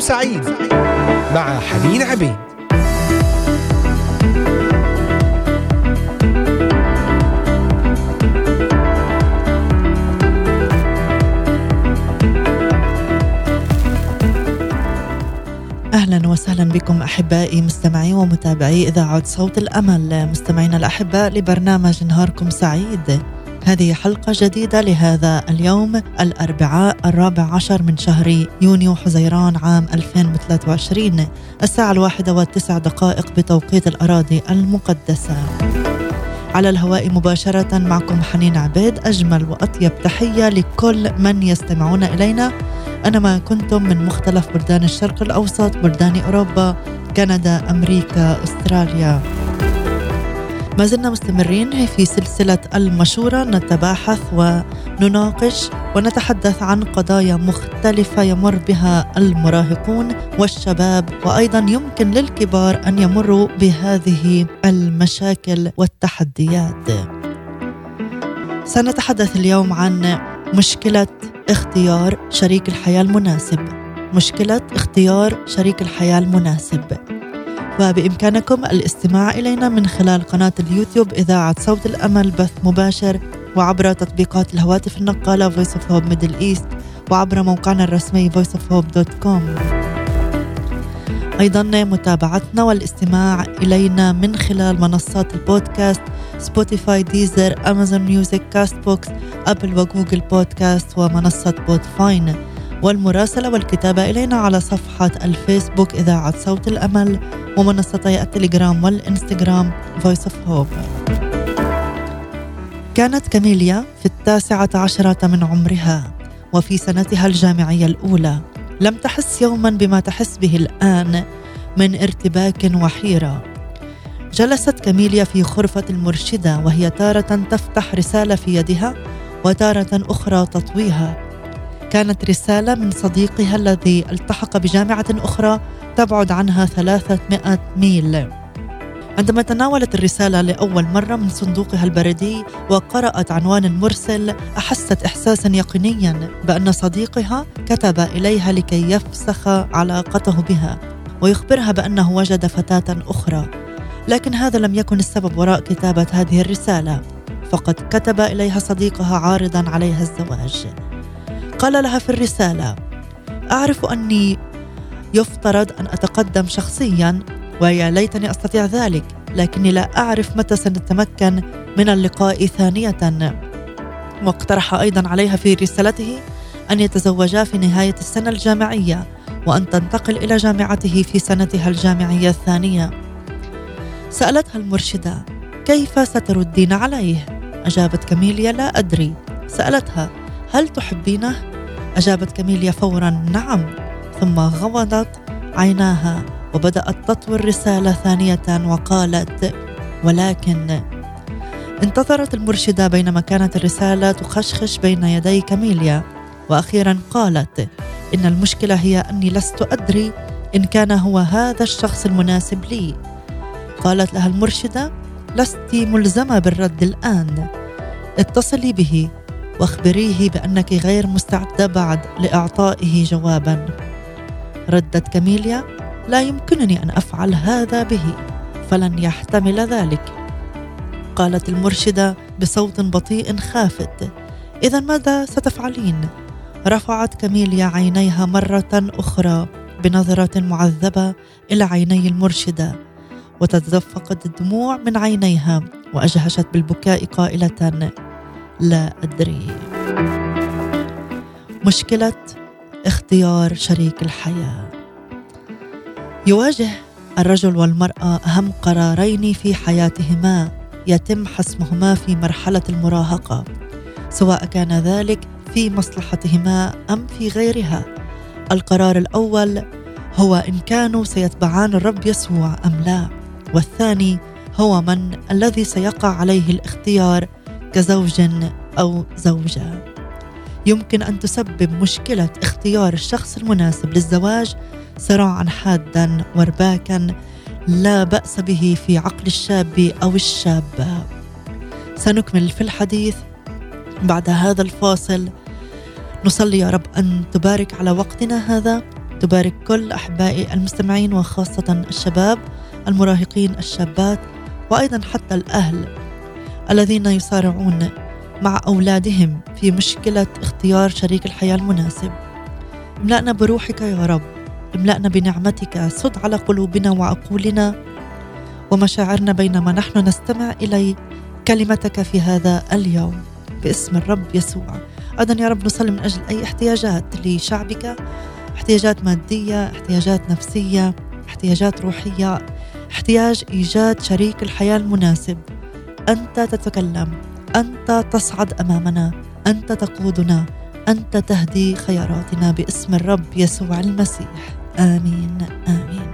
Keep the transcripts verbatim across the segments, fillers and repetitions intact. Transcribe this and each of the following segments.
سعيد مع حنين عبيد. أهلا وسهلا بكم أحبائي مستمعي ومتابعي إذاعة صوت الأمل، مستمعينا الأحباء لبرنامج نهاركم سعيد. هذه حلقة جديدة لهذا اليوم الأربعاء الرابع عشر من شهر يونيو حزيران عام ألفين وثلاثة وعشرين، الساعة الواحدة والتسع دقائق بتوقيت الأراضي المقدسة. على الهواء مباشرة معكم حنين عبيد. أجمل وأطيب تحية لكل من يستمعون إلينا أينما كنتم من مختلف بلدان الشرق الأوسط، بلدان أوروبا، كندا، أمريكا، أستراليا. ما زلنا مستمرين في سلسلة المشورة، نتباحث ونناقش ونتحدث عن قضايا مختلفة يمر بها المراهقون والشباب، وأيضا يمكن للكبار أن يمروا بهذه المشاكل والتحديات. سنتحدث اليوم عن مشكلة اختيار شريك الحياة المناسب. مشكلة اختيار شريك الحياة المناسب. وبإمكانكم الاستماع إلينا من خلال قناة اليوتيوب إذاعة صوت الأمل بث مباشر، وعبر تطبيقات الهواتف النقالة Voice of Hope Middle East، وعبر موقعنا الرسمي voice of hope دوت كوم. أيضا متابعتنا والاستماع إلينا من خلال منصات البودكاست سبوتيفاي، ديزر، أمازون ميوزك، كاست بوكس، أبل وجوجل بودكاست ومنصة بودفاين. والمراسلة والكتابة إلينا على صفحة الفيسبوك إذاعة صوت الأمل، ومنصتي التليجرام والإنستغرام Voice of Hope. كانت كاميليا في التاسعة عشرة من عمرها وفي سنتها الجامعية الأولى. لم تحس يوما بما تحس به الآن من ارتباك وحيرة. جلست كاميليا في غرفة المرشدة وهي تارة تفتح رسالة في يدها وتارة أخرى تطويها. كانت رسالة من صديقها الذي التحق بجامعة أخرى تبعد عنها ثلاثمائة ميل. عندما تناولت الرسالة لأول مرة من صندوقها البريدي وقرأت عنوان المرسل، أحست إحساسا يقينيا بأن صديقها كتب إليها لكي يفسخ علاقته بها ويخبرها بأنه وجد فتاة أخرى. لكن هذا لم يكن السبب وراء كتابة هذه الرسالة، فقد كتب إليها صديقها عارضا عليها الزواج. قال لها في الرسالة: أعرف أني يفترض أن أتقدم شخصيا، ويا ليتني أستطيع ذلك، لكني لا أعرف متى سنتمكن من اللقاء ثانية. واقترح أيضا عليها في رسالته أن يتزوجا في نهاية السنة الجامعية وأن تنتقل إلى جامعته في سنتها الجامعية الثانية. سألتها المرشدة: كيف ستردين عليه؟ أجابت كاميليا: لا أدري. سألتها: هل تحبينه؟ أجابت كاميليا فورا: نعم. ثم غمضت عيناها وبدأت تطوي الرسالة ثانية وقالت: ولكن. انتظرت المرشدة بينما كانت الرسالة تخشخش بين يدي كاميليا، وأخيرا قالت: إن المشكلة هي أني لست أدري إن كان هو هذا الشخص المناسب لي. قالت لها المرشدة: لست ملزمة بالرد الآن، اتصلي به واخبريه بأنك غير مستعدة بعد لإعطائه جوابا. ردت كاميليا: لا يمكنني أن أفعل هذا به، فلن يحتمل ذلك. قالت المرشدة بصوت بطيء خافت: إذن ماذا ستفعلين؟ رفعت كاميليا عينيها مرة أخرى بنظرة معذبة إلى عيني المرشدة، وتتدفقت الدموع من عينيها وأجهشت بالبكاء قائلة: لا أدري. مشكلة اختيار شريك الحياة. يواجه الرجل والمرأة أهم قرارين في حياتهما يتم حسمهما في مرحلة المراهقة، سواء كان ذلك في مصلحتهما أم في غيرها. القرار الأول هو إن كانوا سيتبعان الرب يسوع أم لا، والثاني هو من الذي سيقع عليه الاختيار كزوج أو زوجة. يمكن أن تسبب مشكلة اختيار الشخص المناسب للزواج صراعا حادا وارباكا لا بأس به في عقل الشاب أو الشابة. سنكمل في الحديث بعد هذا الفاصل. نصلي يا رب أن تبارك على وقتنا هذا، تبارك كل أحبائي المستمعين وخاصة الشباب المراهقين الشابات، وأيضا حتى الأهل الذين يصارعون مع أولادهم في مشكلة اختيار شريك الحياة المناسب. املأنا بروحك يا رب، املأنا بنعمتك، صد على قلوبنا وعقولنا ومشاعرنا بينما نحن نستمع إلى كلمتك في هذا اليوم باسم الرب يسوع. أيضا يا رب نصلي من أجل أي احتياجات لشعبك، احتياجات مادية، احتياجات نفسية، احتياجات روحية، احتياج إيجاد شريك الحياة المناسب. أنت تتكلم، أنت تصعد أمامنا، أنت تقودنا، أنت تهدي خياراتنا باسم الرب يسوع المسيح. آمين آمين.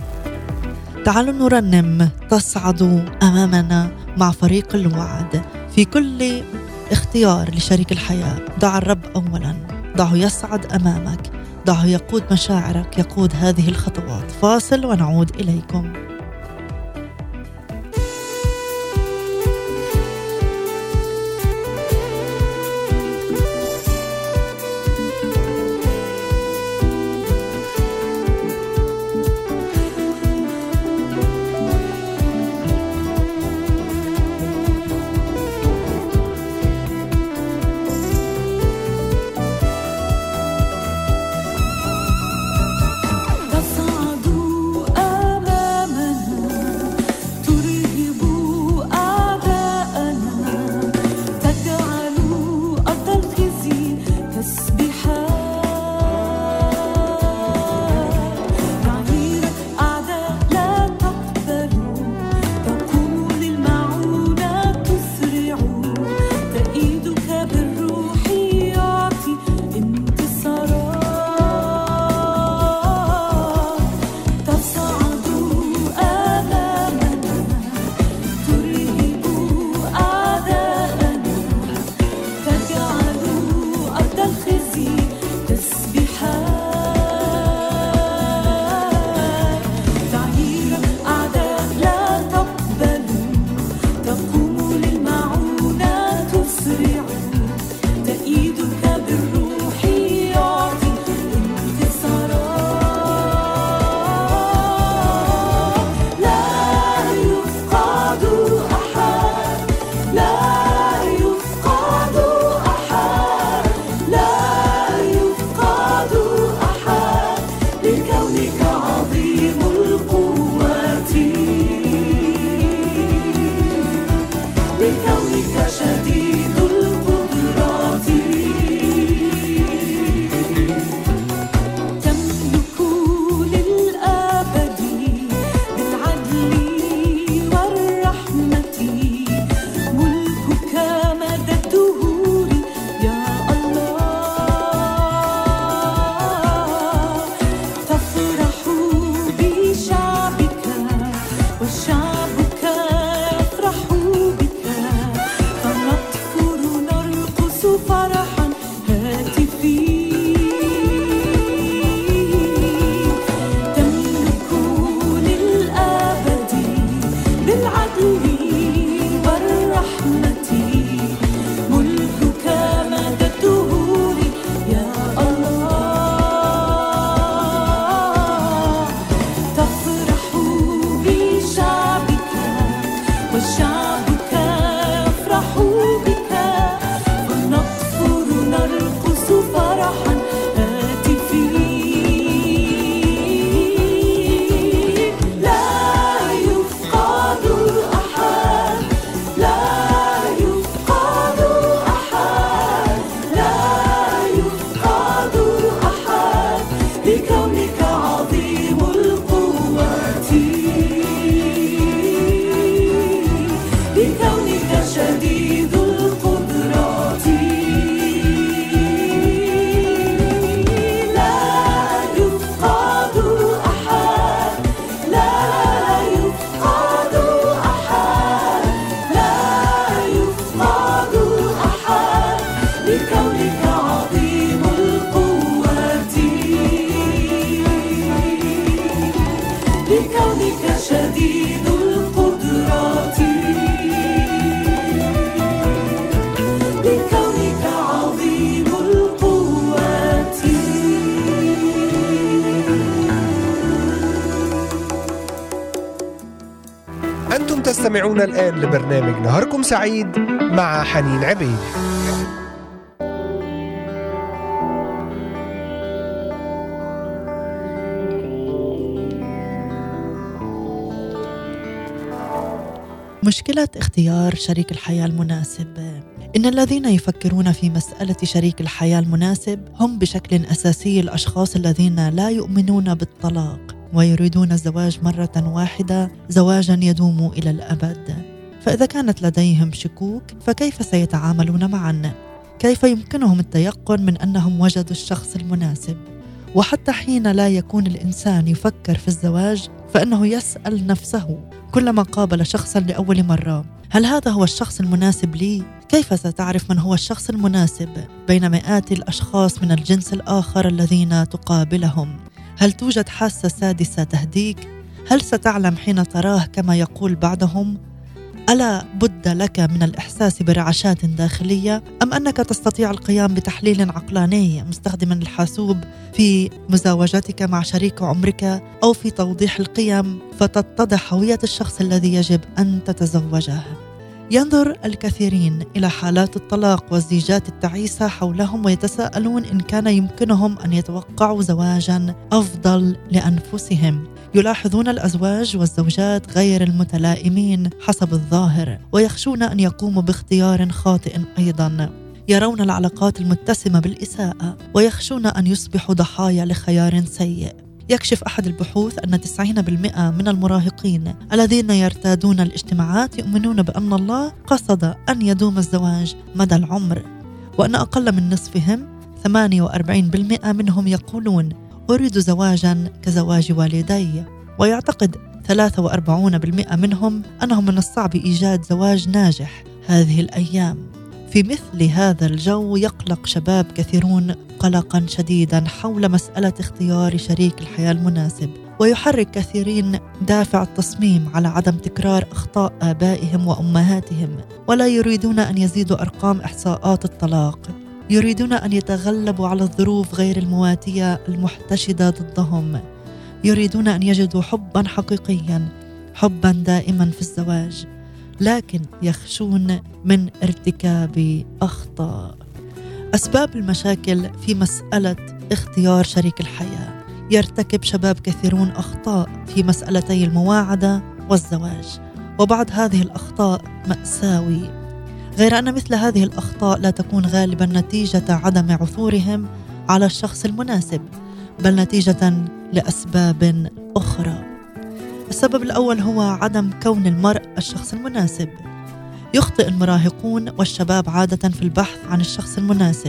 تعالوا نرنم تصعد أمامنا مع فريق الوعد في كل اختيار لشريك الحياة. ضع الرب أولا، ضعه يصعد أمامك، ضعه يقود مشاعرك، يقود هذه الخطوات. فاصل ونعود إليكم. وشعبك يفرح بك، فنطفر تستمعون الآن لبرنامج نهاركم سعيد مع حنين عبيد. مشكلة اختيار شريك الحياة المناسب. إن الذين يفكرون في مسألة شريك الحياة المناسب هم بشكل أساسي الأشخاص الذين لا يؤمنون بالطلاق ويريدون الزواج مرة واحدة، زواجا يدوم إلى الأبد. فإذا كانت لديهم شكوك فكيف سيتعاملون معا؟ كيف يمكنهم التيقن من أنهم وجدوا الشخص المناسب؟ وحتى حين لا يكون الإنسان يفكر في الزواج فإنه يسأل نفسه كلما قابل شخصا لأول مرة: هل هذا هو الشخص المناسب لي؟ كيف ستعرف من هو الشخص المناسب بين مئات الأشخاص من الجنس الآخر الذين تقابلهم؟ هل توجد حاسة سادسة تهديك؟ هل ستعلم حين تراه كما يقول بعضهم؟ ألا بد لك من الإحساس برعشات داخلية؟ أم أنك تستطيع القيام بتحليل عقلاني مستخدما الحاسوب في مزاوجتك مع شريك عمرك أو في توضيح القيم فتتضح هوية الشخص الذي يجب أن تتزوجه؟ ينظر الكثيرين إلى حالات الطلاق والزيجات التعيسة حولهم ويتساءلون إن كان يمكنهم أن يتوقعوا زواجا أفضل لأنفسهم. يلاحظون الأزواج والزوجات غير المتلائمين حسب الظاهر ويخشون أن يقوموا باختيار خاطئ أيضا. يرون العلاقات المتسمة بالإساءة ويخشون أن يصبحوا ضحايا لخيار سيء. يكشف أحد البحوث أن تسعين بالمئة من المراهقين الذين يرتادون الاجتماعات يؤمنون بأن الله قصد أن يدوم الزواج مدى العمر، وأن أقل من نصفهم ثمانية وأربعين بالمئة منهم يقولون أريد زواجا كزواج والدي، ويعتقد ثلاثة وأربعين بالمئة منهم أنه من الصعب إيجاد زواج ناجح هذه الأيام. في مثل هذا الجو يقلق شباب كثيرون قلقا شديدا حول مسألة اختيار شريك الحياة المناسب، ويحرك كثيرين دافع التصميم على عدم تكرار أخطاء آبائهم وأمهاتهم، ولا يريدون أن يزيدوا أرقام إحصاءات الطلاق. يريدون أن يتغلبوا على الظروف غير المواتية المحتشدة ضدهم. يريدون أن يجدوا حبا حقيقيا، حبا دائما في الزواج، لكن يخشون من ارتكاب أخطاء. أسباب المشاكل في مسألة اختيار شريك الحياة: يرتكب شباب كثيرون أخطاء في مسألتي المواعدة والزواج، وبعض هذه الأخطاء مأساوي، غير أن مثل هذه الأخطاء لا تكون غالبا نتيجة عدم عثورهم على الشخص المناسب، بل نتيجة لأسباب أخرى. السبب الأول هو عدم كون المرء الشخص المناسب. يخطئ المراهقون والشباب عادة في البحث عن الشخص المناسب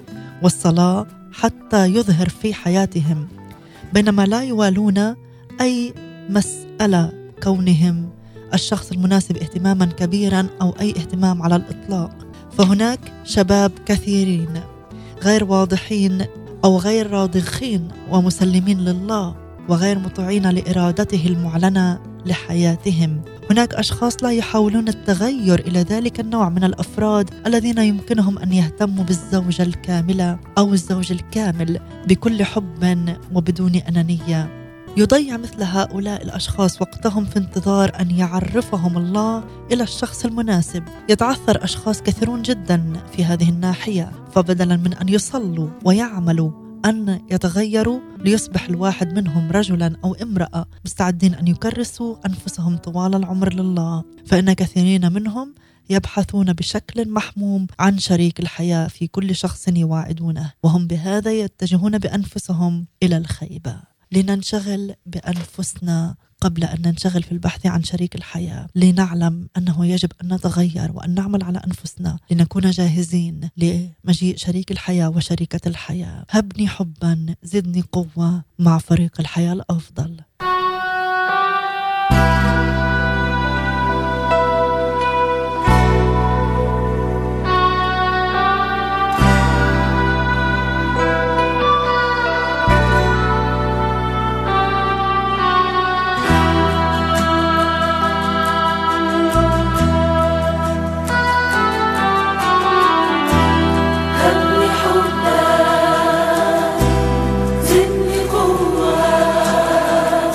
والصلاة حتى يظهر في حياتهم، بينما لا يوالون أي مسألة كونهم الشخص المناسب اهتماما كبيرا أو أي اهتمام على الإطلاق. فهناك شباب كثيرين غير واضحين أو غير راضخين ومسلمين لله وغير مطيعين لإرادته المعلنة لحياتهم. هناك أشخاص لا يحاولون التغير إلى ذلك النوع من الأفراد الذين يمكنهم أن يهتموا بالزوجة الكاملة أو الزوج الكامل بكل حب وبدون أنانية. يضيع مثل هؤلاء الأشخاص وقتهم في انتظار أن يعرفهم الله إلى الشخص المناسب. يتعثر أشخاص كثيرون جدا في هذه الناحية، فبدلا من أن يصلوا ويعملوا أن يتغيروا ليصبح الواحد منهم رجلا أو امرأة مستعدين أن يكرسوا أنفسهم طوال العمر لله، فإن كثيرين منهم يبحثون بشكل محموم عن شريك الحياة في كل شخص يواعدونه، وهم بهذا يتجهون بأنفسهم إلى الخيبة. لننشغل بأنفسنا قبل أن ننشغل في البحث عن شريك الحياة، لنعلم أنه يجب أن نتغير وأن نعمل على أنفسنا لنكون جاهزين لمجيء شريك الحياة وشريكة الحياة. هبني حبا، زدني قوة مع فريق الحياة الأفضل. حبا زدني قوة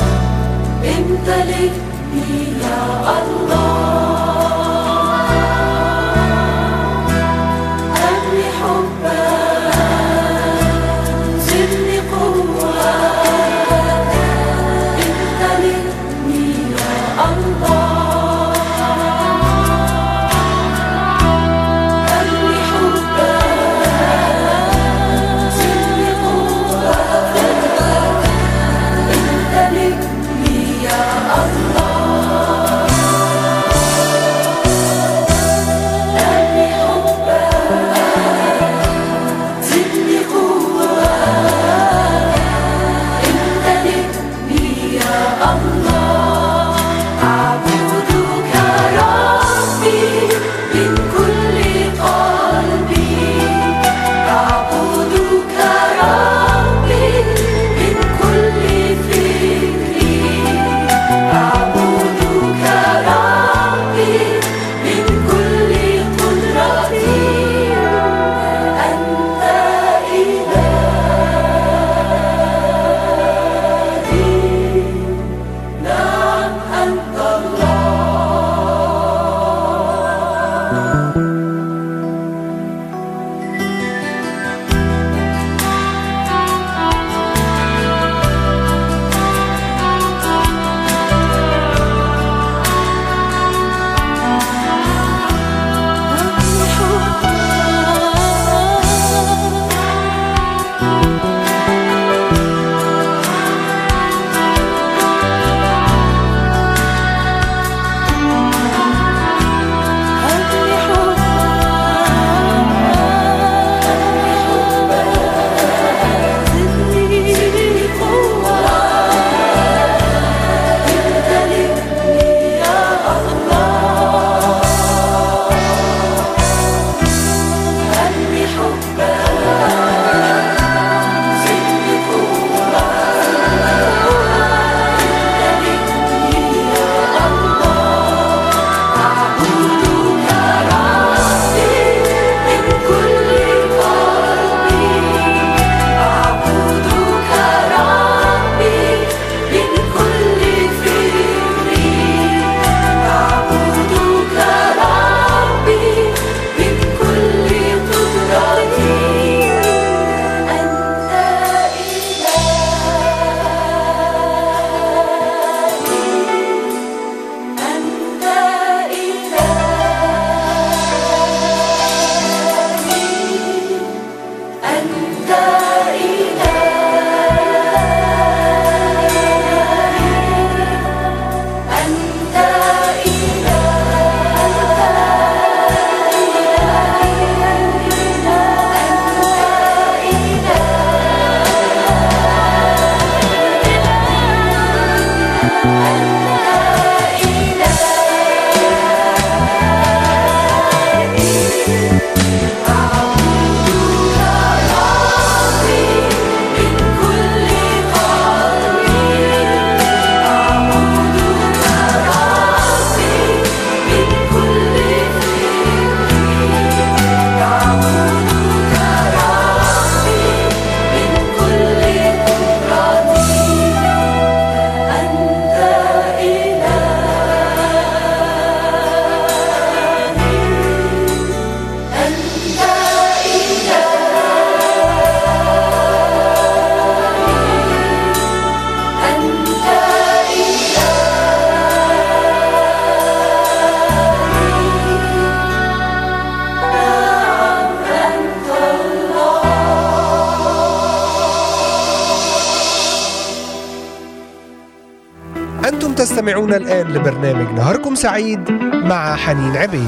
أنتم تستمعون الآن لبرنامج نهاركم سعيد مع حنين عبيد.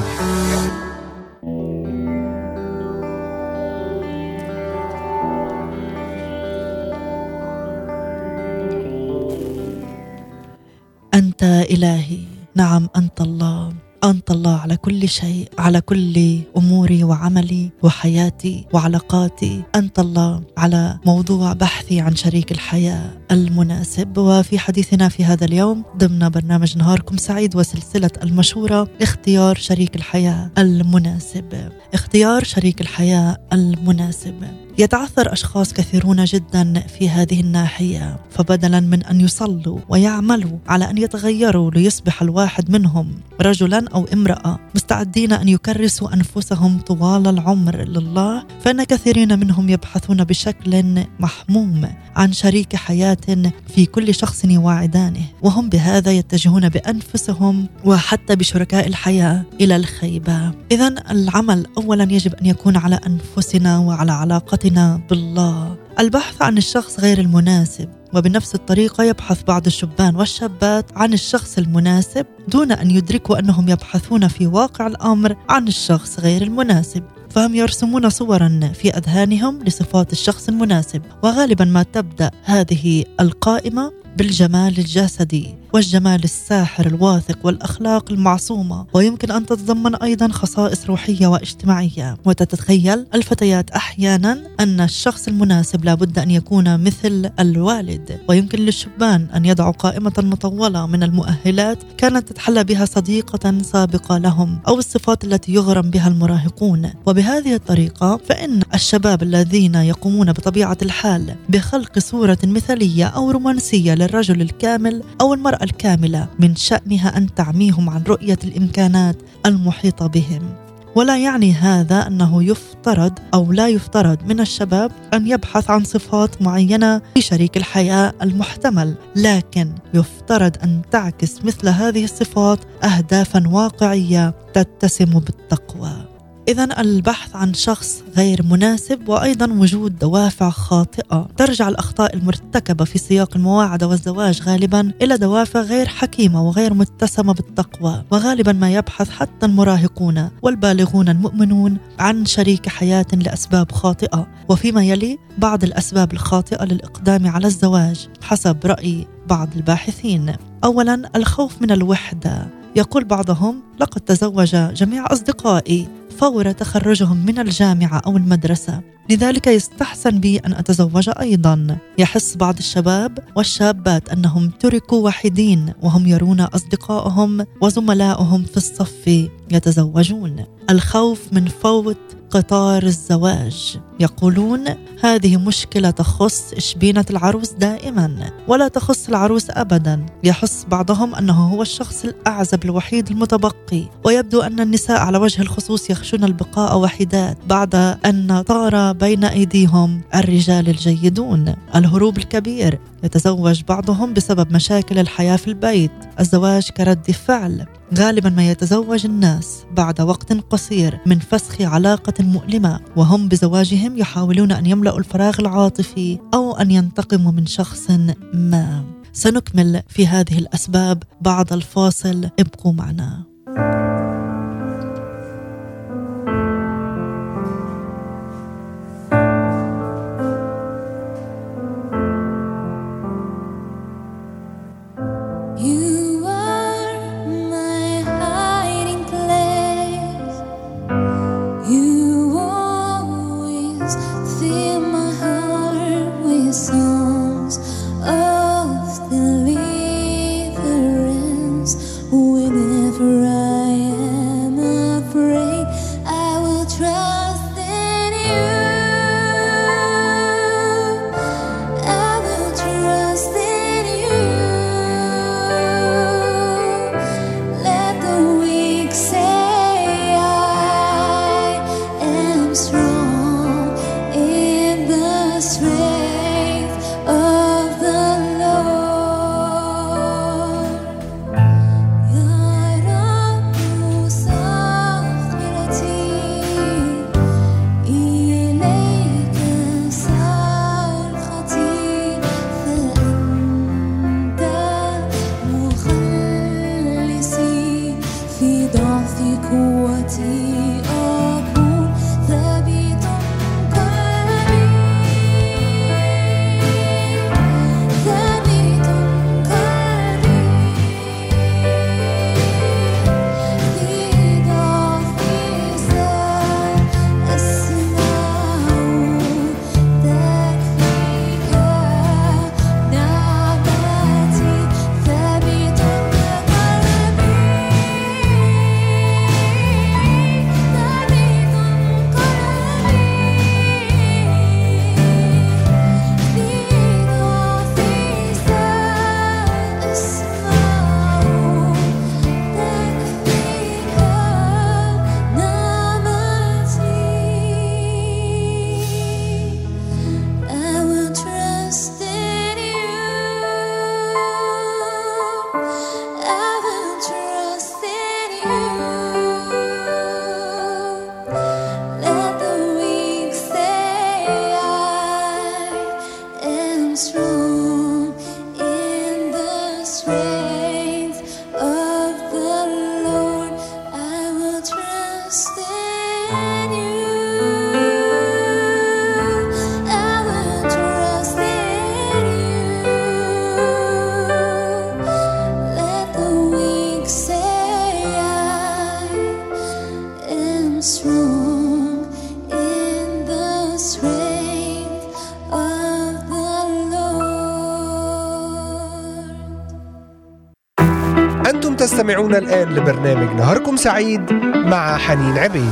أنت إلهي، نعم أنت الله، أنت الله على كل شيء، على كل أموري وعملي وحياتي وعلاقاتي. أنت الله على موضوع بحثي عن شريك الحياة المناسب. وفي حديثنا في هذا اليوم ضمن برنامج نهاركم سعيد وسلسلة المشورة، اختيار شريك الحياة المناسب. اختيار شريك الحياة المناسب. يتعثر أشخاص كثيرون جدا في هذه الناحية، فبدلا من أن يصلوا ويعملوا على أن يتغيروا ليصبح الواحد منهم رجلا أو امرأة مستعدين أن يكرسوا أنفسهم طوال العمر لله، فإن كثيرين منهم يبحثون بشكل محموم عن شريك حياة في كل شخص يواعدانه، وهم بهذا يتجهون بأنفسهم وحتى بشركاء الحياة إلى الخيبة. إذن العمل أولا يجب أن يكون على أنفسنا وعلى علاقتنا بالله. البحث عن الشخص غير المناسب، وبنفس الطريقة يبحث بعض الشبان والشابات عن الشخص المناسب دون أن يدركوا أنهم يبحثون في واقع الأمر عن الشخص غير المناسب، فهم يرسمون صورا في أذهانهم لصفات الشخص المناسب. وغالبا ما تبدأ هذه القائمة بالجمال الجسدي والجمال الساحر الواثق والأخلاق المعصومة، ويمكن أن تتضمن أيضا خصائص روحية واجتماعية. وتتخيل الفتيات أحيانا أن الشخص المناسب لابد أن يكون مثل الوالد، ويمكن للشبان أن يضعوا قائمة مطولة من المؤهلات كانت تتحلى بها صديقة سابقة لهم أو الصفات التي يغرم بها المراهقون. وبهذه الطريقة فإن الشباب الذين يقومون بطبيعة الحال بخلق صورة مثالية أو رومانسية للرجل الكامل أو المرأة الكاملة من شأنها أن تعميهم عن رؤية الإمكانات المحيطة بهم. ولا يعني هذا أنه يفترض أو لا يفترض من الشباب أن يبحث عن صفات معينة في شريك الحياة المحتمل، لكن يفترض أن تعكس مثل هذه الصفات أهدافا واقعية تتسم بالتقوى. إذن البحث عن شخص غير مناسب وأيضا وجود دوافع خاطئة. ترجع الأخطاء المرتكبة في سياق المواعدة والزواج غالبا إلى دوافع غير حكيمة وغير متسمة بالتقوى، وغالبا ما يبحث حتى المراهقون والبالغون المؤمنون عن شريك حياة لأسباب خاطئة. وفيما يلي بعض الأسباب الخاطئة للإقدام على الزواج حسب رأي بعض الباحثين. أولا الخوف من الوحدة. يقول بعضهم: لقد تزوج جميع أصدقائي فور تخرجهم من الجامعة أو المدرسة، لذلك يستحسن بي أن أتزوج أيضا. يحس بعض الشباب والشابات أنهم تركوا وحيدين وهم يرون أصدقائهم وزملائهم في الصف يتزوجون. الخوف من فوت قطار الزواج. يقولون هذه مشكلة تخص إشبينة العروس دائما ولا تخص العروس أبدا. يحس بعضهم أنه هو الشخص الأعزب الوحيد المتبقي، ويبدو أن النساء على وجه الخصوص يخشون البقاء وحيدات بعد أن طار بين أيديهم الرجال الجيدون. الهروب الكبير. يتزوج بعضهم بسبب مشاكل الحياة في البيت. الزواج كرد فعل. غالبا ما يتزوج الناس بعد وقت قصير من فسخ علاقة مؤلمة، وهم بزواجهم يحاولون أن يملأوا الفراغ العاطفي أو أن ينتقموا من شخص ما. سنكمل في هذه الأسباب بعد الفاصل، ابقوا معنا. Strength of the Lord. تستمعون الآن لبرنامج نهاركم سعيد مع حنين عبيد.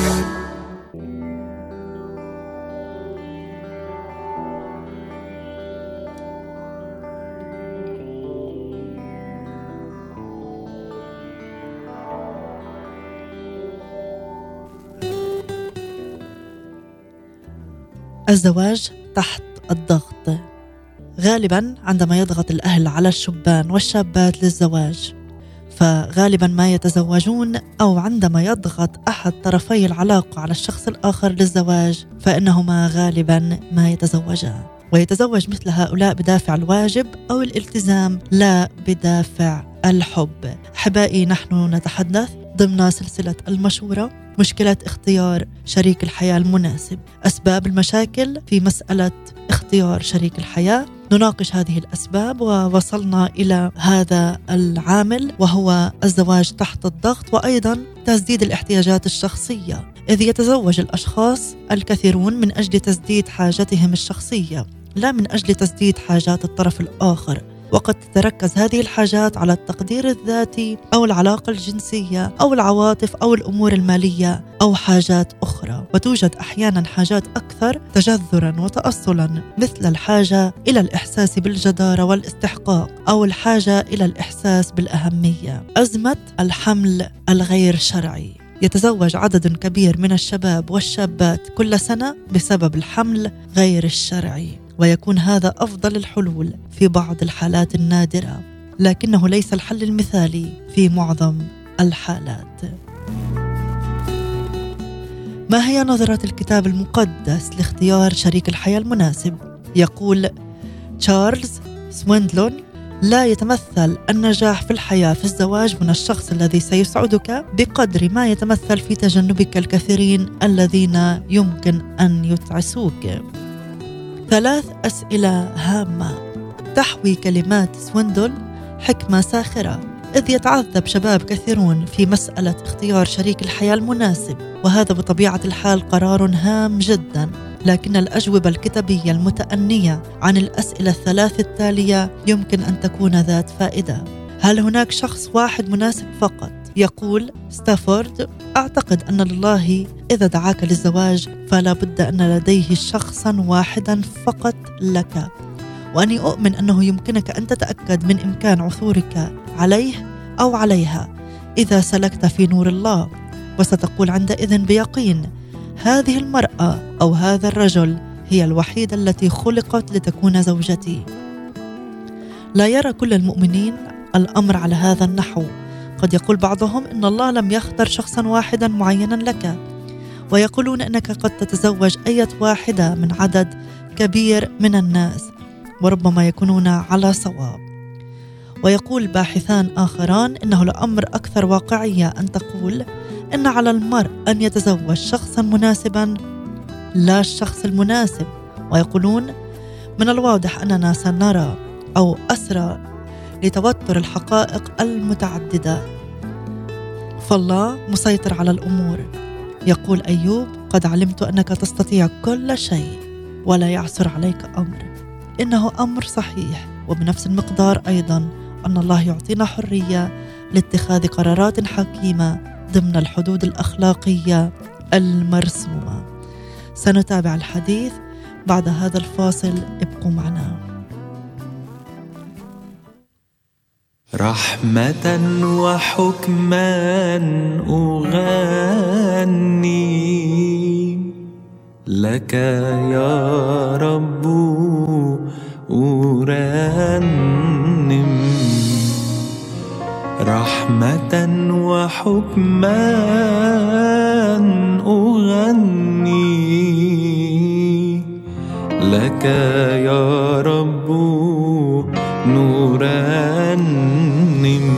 الزواج تحت الضغط. غالبا عندما يضغط الأهل على الشبان والشابات للزواج، فغالبا ما يتزوجون، أو عندما يضغط أحد طرفي العلاقة على الشخص الآخر للزواج فإنهما غالبا ما يتزوجان. ويتزوج مثل هؤلاء بدافع الواجب أو الالتزام، لا بدافع الحب. أحبائي، نحن نتحدث ضمن سلسلة المشورة مشكلة اختيار شريك الحياة المناسب، أسباب المشاكل في مسألة اختيار شريك الحياة. نناقش هذه الأسباب ووصلنا إلى هذا العامل وهو الزواج تحت الضغط، وأيضا تسديد الاحتياجات الشخصية، إذ يتزوج الأشخاص الكثيرون من أجل تسديد حاجتهم الشخصية لا من أجل تسديد حاجات الطرف الآخر. وقد تتركز هذه الحاجات على التقدير الذاتي أو العلاقة الجنسية أو العواطف أو الأمور المالية أو حاجات أخرى. وتوجد أحيانا حاجات أكثر تجذرا وتأصلا، مثل الحاجة إلى الإحساس بالجدارة والاستحقاق أو الحاجة إلى الإحساس بالأهمية. أزمة الحمل الغير شرعي. يتزوج عدد كبير من الشباب والشابات كل سنة بسبب الحمل غير الشرعي، ويكون هذا أفضل الحلول في بعض الحالات النادرة، لكنه ليس الحل المثالي في معظم الحالات. ما هي نظرة الكتاب المقدس لاختيار شريك الحياة المناسب؟ يقول تشارلز سويندلون: لا يتمثل النجاح في الحياة في الزواج من الشخص الذي سيسعدك بقدر ما يتمثل في تجنبك الكثيرين الذين يمكن أن يتعسوك. ثلاث أسئلة هامة. تحوي كلمات سويندل حكمة ساخرة، إذ يتعذب شباب كثيرون في مسألة اختيار شريك الحياة المناسب، وهذا بطبيعة الحال قرار هام جدا، لكن الأجوبة الكتابية المتأنية عن الأسئلة الثلاث التالية يمكن أن تكون ذات فائدة. هل هناك شخص واحد مناسب فقط؟ يقول ستافورد: أعتقد أن الله إذا دعاك للزواج فلا بد أن لديه شخصا واحدا فقط لك، وأني أؤمن أنه يمكنك أن تتأكد من إمكان عثورك عليه أو عليها إذا سلكت في نور الله، وستقول عندئذ بيقين: هذه المرأة أو هذا الرجل هي الوحيدة التي خلقت لتكون زوجتي. لا يرى كل المؤمنين الأمر على هذا النحو. قد يقول بعضهم إن الله لم يختر شخصا واحدا معينا لك، ويقولون أنك قد تتزوج أي واحدة من عدد كبير من الناس، وربما يكونون على صواب. ويقول باحثان آخران إنه الأمر أكثر واقعية أن تقول إن على المرء أن يتزوج شخصا مناسبا لا الشخص المناسب، ويقولون من الواضح أننا سنرى أو أسرى لتوتر الحقائق المتعددة، فالله مسيطر على الأمور. يقول أيوب: قد علمت أنك تستطيع كل شيء ولا يعثر عليك أمر. إنه أمر صحيح، وبنفس المقدار أيضا أن الله يعطينا حرية لاتخاذ قرارات حكيمة ضمن الحدود الأخلاقية المرسومة. سنتابع الحديث بعد هذا الفاصل، ابقوا معنا. رحمة وحكما أغني لك يا رب، أرنم رحمة وحكما أغني لك يا رب، نرنم.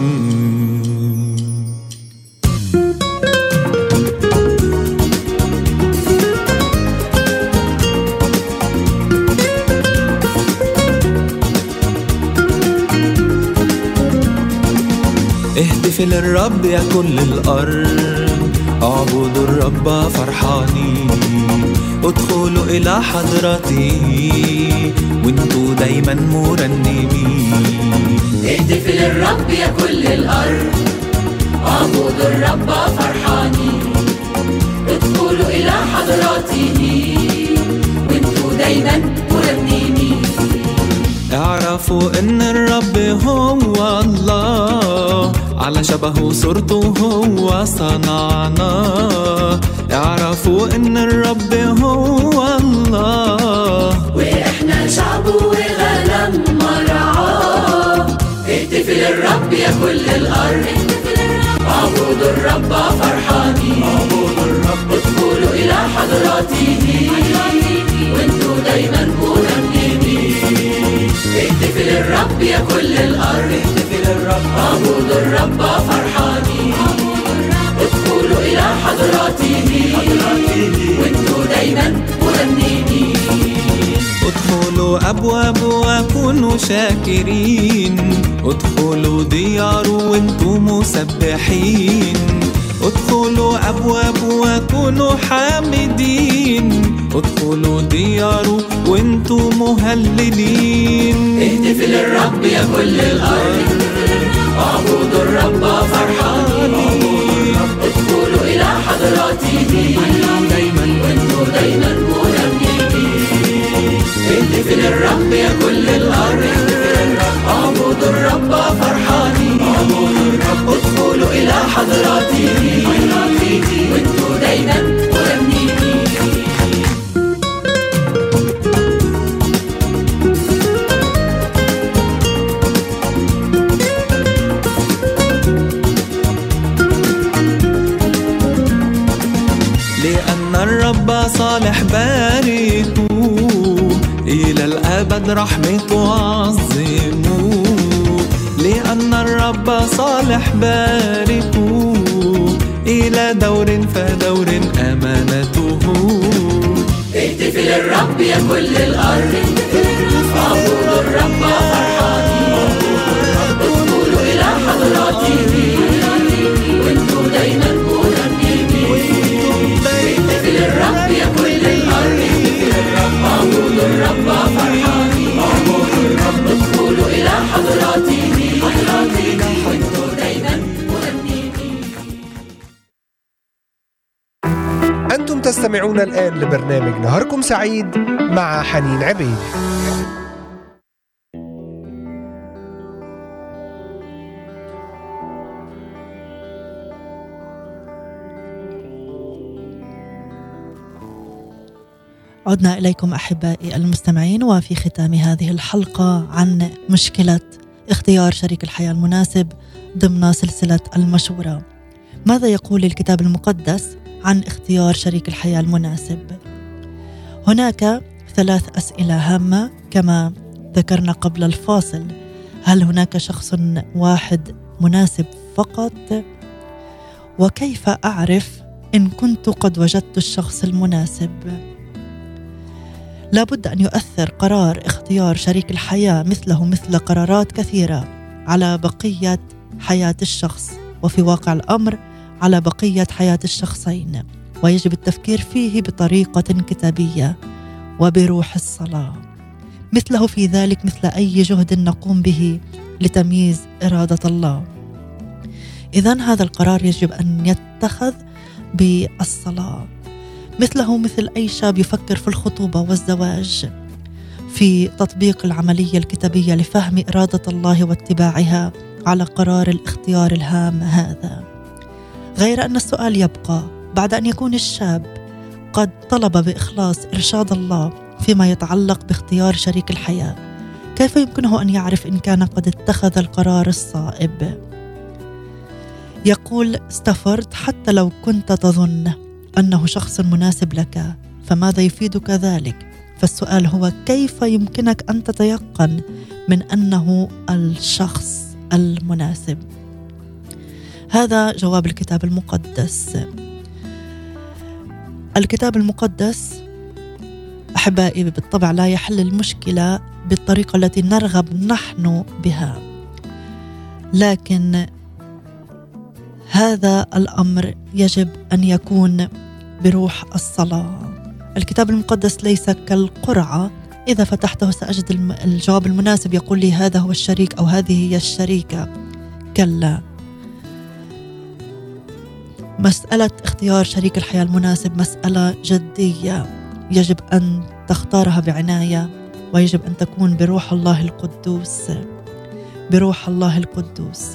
اهتف للرب يا كل الأرض، اعبدوا الرب فرحانين، ادخلوا إلى حضرته وانتوا دايما مرنمين. اهتف للرب يا كل الأرض، اعبدوا الرب فرحانين. ادخلوا إلى حضرته وانتوا دايما مرنمين. اعرفوا ان الرب هو الله، على شبهه صورته هو صنعنا. اعرفوا ان الرب هو الله، واحنا شعبه وغنم مرعاه. اهتف للرب يا كل الارض، اعبدوا الرب فرحانين. ادخلوا الى حضراته وانتوا دايما مرنمين. اهتف للرب يا كل الارض، اعبدوا الرب فرحانين. ادخلوا الى حضراته وانتوا دايما مرنمين. ادخلوا أبواب وكونوا شاكرين. ادخلوا ديار وانتوا مسبحين. ادخلوا أبواب وكونوا حامدين. ادخلوا ديار وانتوا مهللين. اهتف للرب يا كل الأرض، اعبدوا الرب فرحانين. ادخلوا إلى حضراته وانتوا دايما مرنمين. اهتف للرب يا كل الأرض، اعبدوا الرب فرحانين. ادخلوا إلى حضراته وانتوا دايما مرنمين. لأن الرب صالح باركوا، إلى الأبد رحمته عظموا. لأن الرب صالح باركوا، إلى دور فدور أمانته. اهتف للرب يا كل الأرض، اعبدوا الرب فرحانين. ادخلوا إلى حضراته وانتوا دايما مرنمين. اهتف للرب يا كل الأرض، اعبدوا الرب فرحانين. ادخلوا إلى حضراته وانتوا دايما مرنمين. أنتم تستمعون الآن لبرنامج نهاركم سعيد مع حنين عبيد. عدنا إليكم أحبائي المستمعين، وفي ختام هذه الحلقة عن مشكلة اختيار شريك الحياة المناسب ضمن سلسلة المشورة. ماذا يقول الكتاب المقدس عن اختيار شريك الحياة المناسب؟ هناك ثلاث أسئلة هامة كما ذكرنا قبل الفاصل. هل هناك شخص واحد مناسب فقط؟ وكيف أعرف إن كنت قد وجدت الشخص المناسب؟ لابد أن يؤثر قرار اختيار شريك الحياة مثله مثل قرارات كثيرة على بقية حياة الشخص، وفي واقع الأمر على بقية حياة الشخصين، ويجب التفكير فيه بطريقة كتابية وبروح الصلاة. مثله في ذلك مثل أي جهد نقوم به لتمييز إرادة الله. إذن هذا القرار يجب أن يتخذ بالصلاة. مثله مثل أي شاب يفكر في الخطوبة والزواج، في تطبيق العملية الكتابية لفهم إرادة الله واتباعها على قرار الاختيار الهام هذا. غير أن السؤال يبقى بعد أن يكون الشاب قد طلب بإخلاص إرشاد الله فيما يتعلق باختيار شريك الحياة، كيف يمكنه أن يعرف إن كان قد اتخذ القرار الصائب؟ يقول ستافورد: حتى لو كنت تظن أنه شخص مناسب لك فماذا يفيدك ذلك؟ فالسؤال هو كيف يمكنك أن تتيقن من أنه الشخص المناسب؟ هذا جواب الكتاب المقدس. الكتاب المقدس أحبائي بالطبع لا يحل المشكلة بالطريقة التي نرغب نحن بها، لكن هذا الأمر يجب أن يكون بروح الصلاة. الكتاب المقدس ليس كالقرعة إذا فتحته سأجد الجواب المناسب يقول لي هذا هو الشريك أو هذه هي الشريكة. كلا، مسألة اختيار شريك الحياة المناسب مسألة جدية يجب أن تختارها بعناية، ويجب أن تكون بروح الله القدوس. بروح الله القدوس.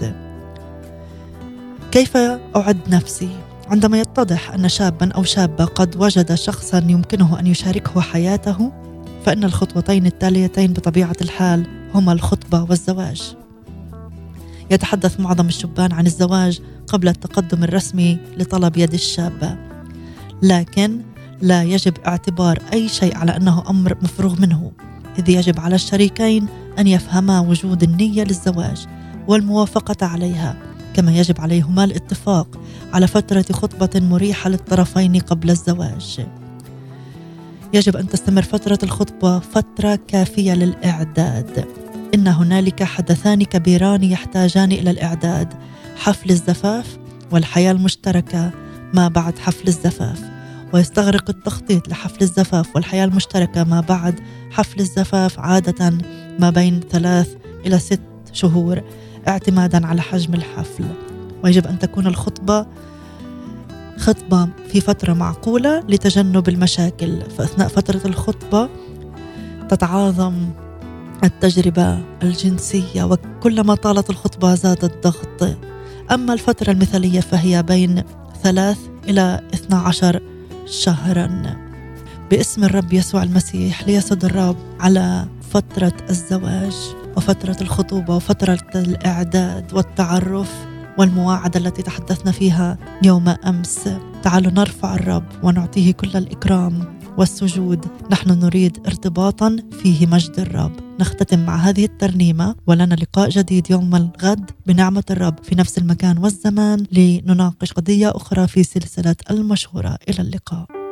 كيف أعد نفسي؟ عندما يتضح أن شابا أو شابة قد وجد شخصا يمكنه أن يشاركه حياته، فإن الخطوتين التاليتين بطبيعة الحال هما الخطبة والزواج. يتحدث معظم الشبان عن الزواج قبل التقدم الرسمي لطلب يد الشابة، لكن لا يجب اعتبار أي شيء على أنه أمر مفروغ منه، إذ يجب على الشريكين أن يفهما وجود النية للزواج والموافقة عليها، كما يجب عليهما الاتفاق على فترة خطبة مريحة للطرفين قبل الزواج. يجب أن تستمر فترة الخطبة فترة كافية للإعداد. إن هنالك حدثان كبيران يحتاجان إلى الإعداد: حفل الزفاف والحياة المشتركة ما بعد حفل الزفاف. ويستغرق التخطيط لحفل الزفاف والحياة المشتركة ما بعد حفل الزفاف عادة ما بين ثلاث إلى ست شهور اعتمادا على حجم الحفل. ويجب أن تكون الخطبة خطبة في فترة معقولة لتجنب المشاكل، فأثناء فترة الخطبة تتعاظم التجربة الجنسية، وكلما طالت الخطبة زاد الضغط. أما الفترة المثالية فهي بين ثلاث إلى اثنى عشر شهرا. باسم الرب يسوع المسيح ليسد الرب على فترة الزواج وفترة الخطوبة وفترة الإعداد والتعرف والمواعدة التي تحدثنا فيها يوم أمس. تعالوا نرفع الرب ونعطيه كل الإكرام والسجود. نحن نريد ارتباطا فيه مجد الرب. نختتم مع هذه الترنيمة، ولنا لقاء جديد يوم الغد بنعمة الرب في نفس المكان والزمان لنناقش قضية أخرى في سلسلة المشهورة. إلى اللقاء.